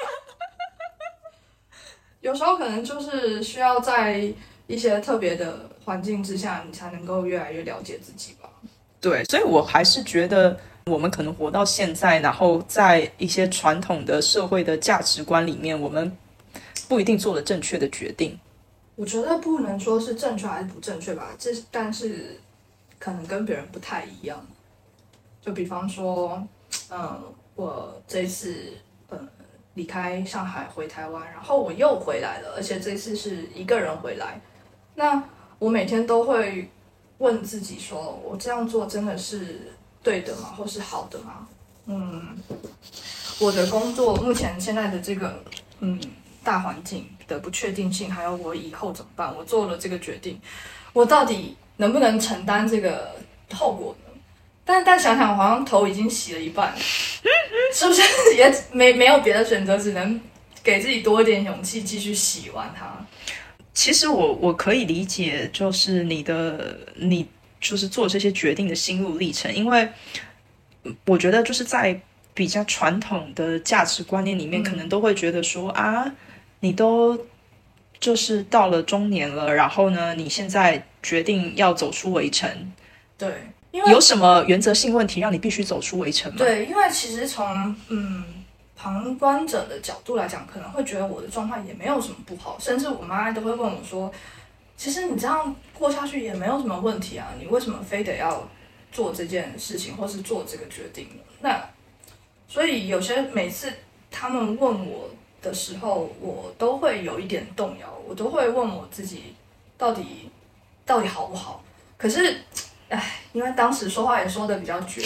有时候可能就是需要在一些特别的环境之下，你才能够越来越了解自己吧。 对，所以我还是觉得。我们可能活到现在，然后在一些传统的社会的价值观里面，我们不一定做了正确的决定。 我觉得不能说是正确还是不正确吧，这但是可能跟别人不太一样。就比方说，嗯，我这一次嗯离开上海回台湾，然后我又回来了，而且这次是一个人回来。那我每天都会问自己说，我这样做真的是对的吗？或是好的吗？嗯，我的工作目前现在的这个嗯大环境的不确定性，还有我以后怎么办？我做了这个决定，我到底能不能承担这个后果呢？但但想想，好像头已经洗了一半，是不是也没没有别的选择，只能给自己多一点勇气，继续洗完它？ 其实我我可以理解，就是你的你。就是做这些决定的心路历程，因为我觉得就是在比较传统的价值观念里面， 嗯、 可能都会觉得说啊，你都就是到了中年了，然后呢，你现在决定要走出围城， 对，因为有什么原则性问题让你必须走出围城吗？ 对，因为其实从嗯旁观者的角度来讲，可能会觉得我的状态也没有什么不好，甚至我妈都会问我说，其实你这样过下去也没有什么问题啊，你为什么非得要做这件事情或是做这个决定呢？那所以有些每次他们问我的时候，我都会有一点动摇，我都会问我自己到底到底好不好？可是，哎，因为当时说话也说的比较绝，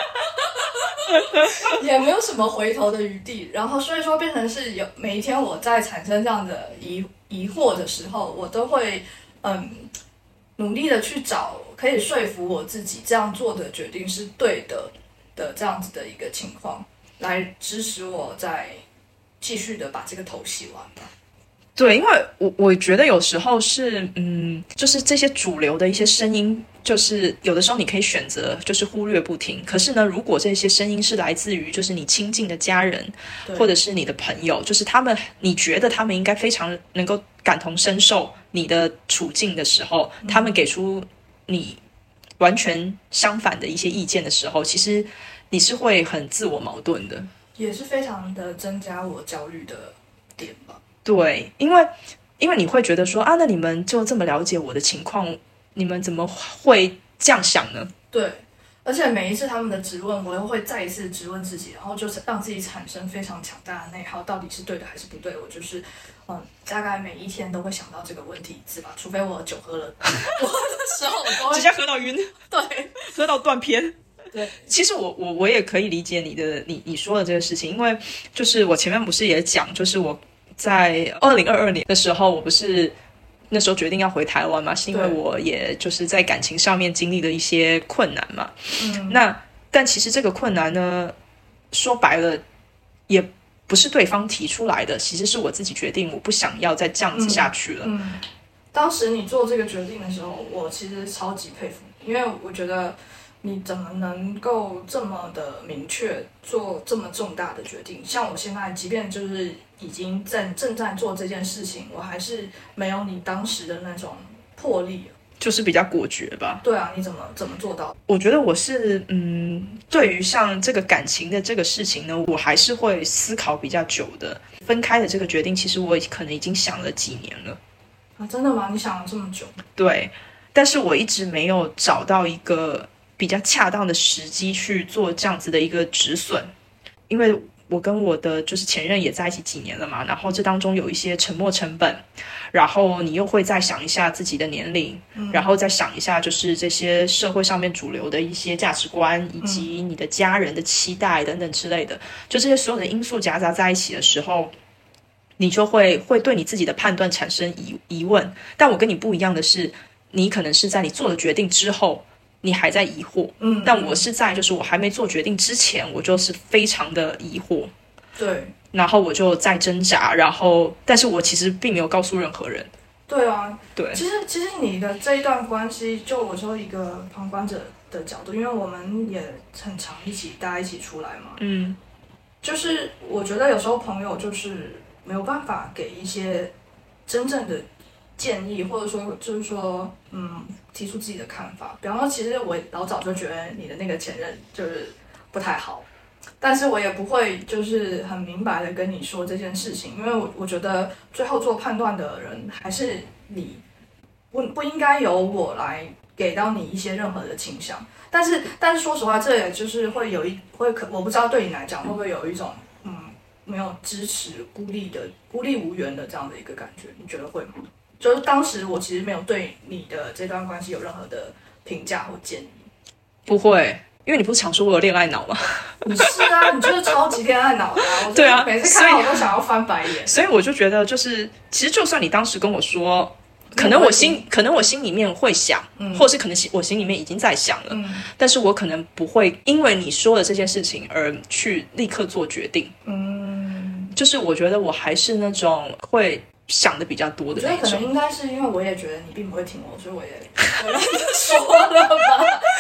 也没有什么回头的余地，然后所以说变成是有每一天我在产生这样的疑疑惑的时候，我都会嗯努力的去找可以说服我自己这样做的决定是对的的这样子的一个情况，来支持我再继续的把这个头洗完吧。 对，因为我我觉得有时候是，嗯，就是这些主流的一些声音，就是有的时候你可以选择就是忽略不听。可是呢，如果这些声音是来自于就是你亲近的家人，或者是你的朋友，就是他们，你觉得他们应该非常能够感同身受你的处境的时候，嗯、他们给出你完全相反的一些意见的时候，其实你是会很自我矛盾的， 也是非常的增加我焦虑的点吧。 对，因为因为你会觉得说啊，那你们就这么了解我的情况，你们怎么会这样想呢？ 对，而且每一次他们的质问，我又会再一次质问自己，然后就是让自己产生非常强大的内耗，到底是对的还是不对？我就是嗯，大概每一天都会想到这个问题一次吧，除非我酒喝了我的时候，我都会直接喝到晕， 对， 喝到断片。 对， 其实我我我也可以理解你的你你说的这个事情，因为就是我前面不是也讲，就是我。在二零二二年的时候，我不是那时候决定要回台湾嘛，是因为我也就是在感情上面经历了一些困难嘛。嗯，那但其实这个困难呢，说白了也不是对方提出来的，其实是我自己决定，我不想要再这样子下去了。 嗯，嗯当时你做这个决定的时候，我其实超级佩服你，因为我觉得你怎么能够这么的明确做这么重大的决定？像我现在，即便就是已经正正在做这件事情，我还是没有你当时的那种魄力， 就是比较果决吧。 对啊，你怎么怎么做到？ 我觉得我是嗯，对于像这个感情的这个事情呢，我还是会思考比较久的。分开的这个决定，其实我可能已经想了几年了。 啊，真的吗？你想了这么久？ 对，但是我一直没有找到一个比较恰当的时机去做这样子的一个止损，因为我跟我的就是前任也在一起几年了嘛，然后这当中有一些沉没成本，然后你又会再想一下自己的年龄，嗯、然后再想一下就是这些社会上面主流的一些价值观，以及你的家人的期待等等之类的，就这些所有的因素夹杂在一起的时候，你就会会对你自己的判断产生疑疑问。但我跟你不一样的是，你可能是在你做了决定之后你还在疑惑，嗯，但我是在就是我还没做决定之前，我就是非常的疑惑， 对， 然后我就在挣扎，然后但是我其实并没有告诉任何人。 对啊， 对， 其实其实你的这一段关系，就我说一个旁观者的角度，因为我们也很常一起大家一起出来嘛，嗯，就是我觉得有时候朋友就是没有办法给一些真正的建议，或者说就是说，嗯，提出自己的看法。比方说，其实我老早就觉得你的那个前任就是不太好，但是我也不会就是很明白的跟你说这件事情，因为我我觉得最后做判断的人还是你，不不应该由我来给到你一些任何的倾向。但是但是说实话，这也就是会有一会可我不知道对你来讲会不会有一种嗯没有支持、孤立的孤立无援的这样的一个感觉，你觉得会吗？就是当时我其实没有对你的这段关系有任何的评价或建议。 不会，因为你不是常说我有恋爱脑吗？ 你是啊，你就是超级恋爱脑的啊！ 对啊， 每次看到我都想要翻白眼。 所以我就觉得，就是其实就算你当时跟我说，可能我心可能我心里面会想，嗯、或是可能我心里面已经在想了，嗯、但是我可能不会因为你说的这件事情而去立刻做决定。嗯，就是我觉得我还是那种会想的比较多的那种。 我觉得可能应该是因为我也觉得你并不会听我，所以我也说了吧。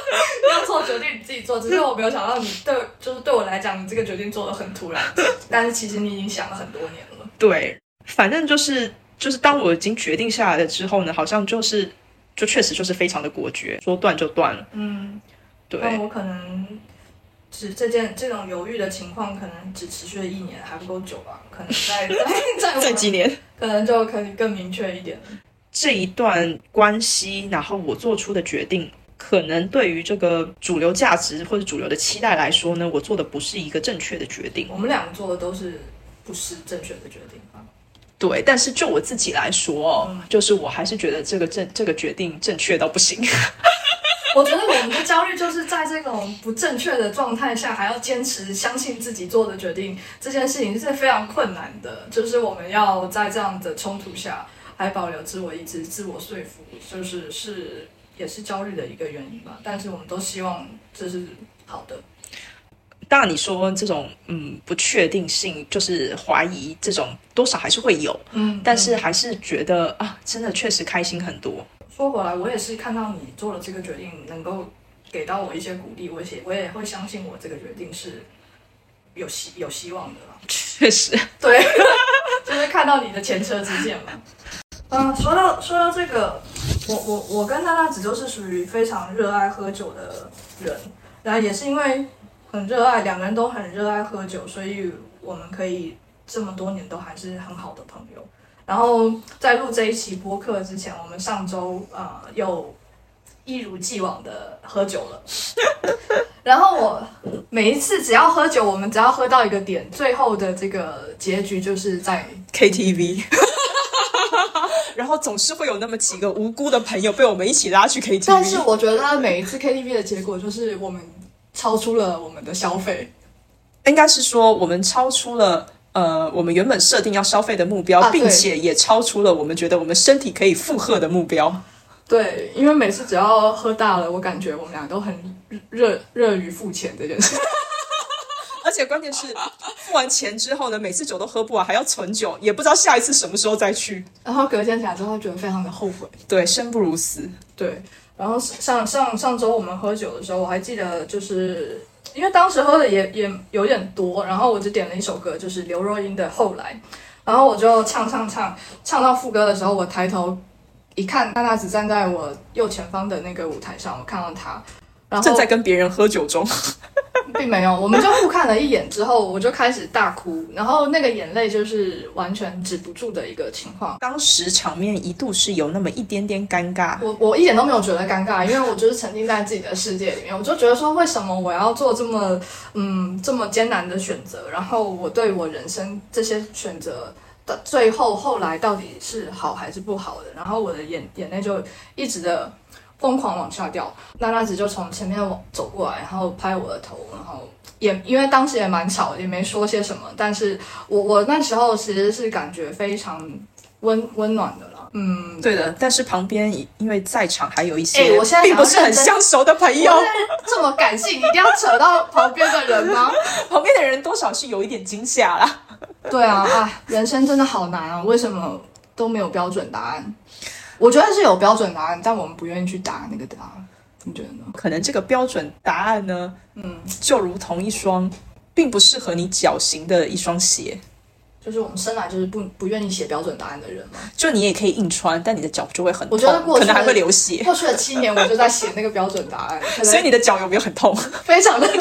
要做决定你自己做，只是我没有想到你对，就是对我来讲，你这个决定做得很突然，但是其实你已经想了很多年了。 对，反正就是就是当我已经决定下来了之后呢，好像就是就确实就是非常的果决，说断就断了。 嗯， 对。 但我可能只这件这种犹豫的情况，可能只持续了一年，还不够久吧？可能再再再再几年， 可能就可以更明确一点。 这一段关系，然后我做出的决定，可能对于这个主流价值或者主流的期待来说呢，我做的不是一个正确的决定。 我们两个做的都是不是正确的决定吧？ 对，但是就我自己来说，嗯、就是我还是觉得这个正这个决定正确到不行。 我觉得我们的焦虑就是在这种不正确的状态下，还要坚持相信自己做的决定，这件事情是非常困难的。就是我们要在这样的冲突下，还保留自我意志、自我说服，就是是也是焦虑的一个原因吧。但是我们都希望这是好的。 当然，你说这种嗯不确定性，就是怀疑这种多少还是会有，嗯，但是还是觉得啊，真的确实开心很多。 说回来，我也是看到你做了这个决定，能够给到我一些鼓励，我也我也会相信我这个决定是有希有希望的啦。 确实， 对，就是看到你的前车之鉴嘛。嗯，说到说到这个，我我我跟娜娜子都是属于非常热爱喝酒的人，然后也是因为很热爱，两个人都很热爱喝酒，所以我们可以这么多年都还是很好的朋友。然后在录这一期播客之前，我们上周呃又一如既往的喝酒了。然后我每一次只要喝酒，我们只要喝到一个点，最后的这个结局就是在 K T V。然后总是会有那么几个无辜的朋友被我们一起拉去 K T V。 但是我觉得每一次 K T V 的结果就是我们超出了我们的消费， 应该是说我们超出了呃我们原本设定要消费的目标，啊、并且也超出了我们觉得我们身体可以负荷的目标。 对，因为每次只要喝大了，我感觉我们俩都很热热于付钱这件事。 而且关键是付完钱之后呢，每次酒都喝不完，还要存酒，也不知道下一次什么时候再去。 然后隔天起来之后，觉得非常的后悔。 对，生不如死。 对，然后上上上周我们喝酒的时候，我还记得，就是因为当时喝的也也有点多，然后我就点了一首歌，就是刘若英的《后来》，然后我就唱唱唱唱到副歌的时候，我抬头一看，娜娜子站在我右前方的那个舞台上，我看到她，然后正在跟别人喝酒中。 并没有，我们就互看了一眼之后，我就开始大哭，然后那个眼泪就是完全止不住的一个情况。 当时场面一度是有那么一点点尴尬， 我我一点都没有觉得尴尬，因为我就是沉浸在自己的世界里面，我就觉得说，为什么我要做这么嗯这么艰难的选择？然后我对我人生这些选择的最后后来到底是好还是不好的？然后我的眼眼泪就一直的疯狂往下掉，娜娜子就从前面走过来，然后拍我的头，然后也因为当时也蛮吵，也没说些什么，但是我我那时候其实是感觉非常温温暖的啦。嗯， 对的。但是旁边因为在场还有一些、 欸、我现在并不是很相熟的朋友， 这么感性，一定要扯到旁边的人吗？ 旁边的人多少是有一点惊吓啦。 对啊，哎，人生真的好难啊！为什么都没有标准答案？我觉得是有标准答案，但我们不愿意去答那个答案，你觉得呢？ 可能这个标准答案呢，嗯，就如同一双并不适合你脚型的一双鞋， 就是我们生来就是不不愿意写标准答案的人嘛。 就你也可以硬穿，但你的脚就会很痛， 我觉得过去可能还会流血。 过去的七年，我就在写那个标准答案， 所以你的脚有没有很痛？ 非常的痛。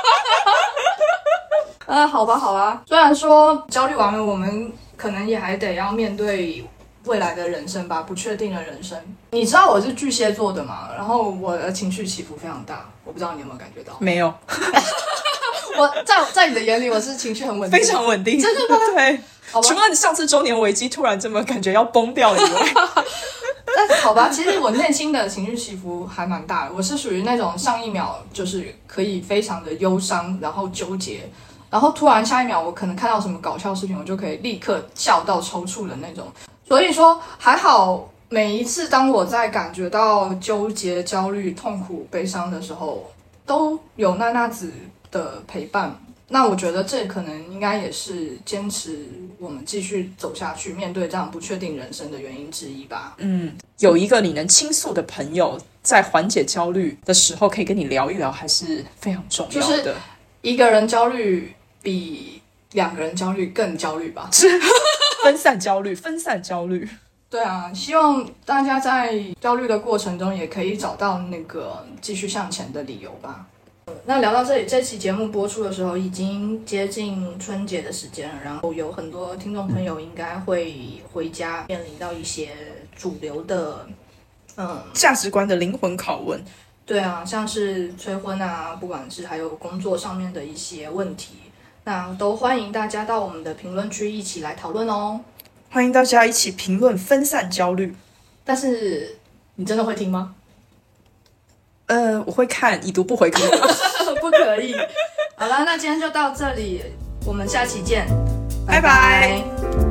啊，好吧，好吧。虽然说焦虑完了，我们可能也还得要面对未来的人生吧，不确定的人生。你知道我是巨蟹座的嘛？然后我的情绪起伏非常大，我不知道你有没有感觉到？ 没有。 我在在你的眼里，我是情绪很稳定， 非常稳定。 真的吗？ 对，除了你上次中年危机突然这么感觉要崩掉以外。 但是好吧，其实我内心的情绪起伏还蛮大的。我是属于那种上一秒就是可以非常的忧伤，然后纠结，然后突然下一秒我可能看到什么搞笑视频，我就可以立刻笑到抽搐的那种。所以说还好，每一次当我在感觉到纠结、焦虑、痛苦、悲伤的时候，都有娜娜子的陪伴， 那我觉得这可能应该也是坚持我们继续走下去，面对这样不确定人生的原因之一吧。 嗯，有一个你能倾诉的朋友，在缓解焦虑的时候可以跟你聊一聊，还是非常重要的。 就是一个人焦虑比两个人焦虑更焦虑吧。 分散焦虑，分散焦虑。 对啊，希望大家在焦虑的过程中也可以找到那个继续向前的理由吧。那聊到这里，这期节目播出的时候已经接近春节的时间了，然后有很多听众朋友应该会回家面临到一些主流的嗯价值观的灵魂拷问。 对啊，像是催婚啊，不管是还有工作上面的一些问题，那都欢迎大家到我们的评论区一起来讨论哦。 欢迎大家一起评论分散焦虑。 但是你真的会听吗？ 呃，我会看，已读不回可以吗？ 不可以。好啦，那今天就到这里，我们下期见， 拜拜。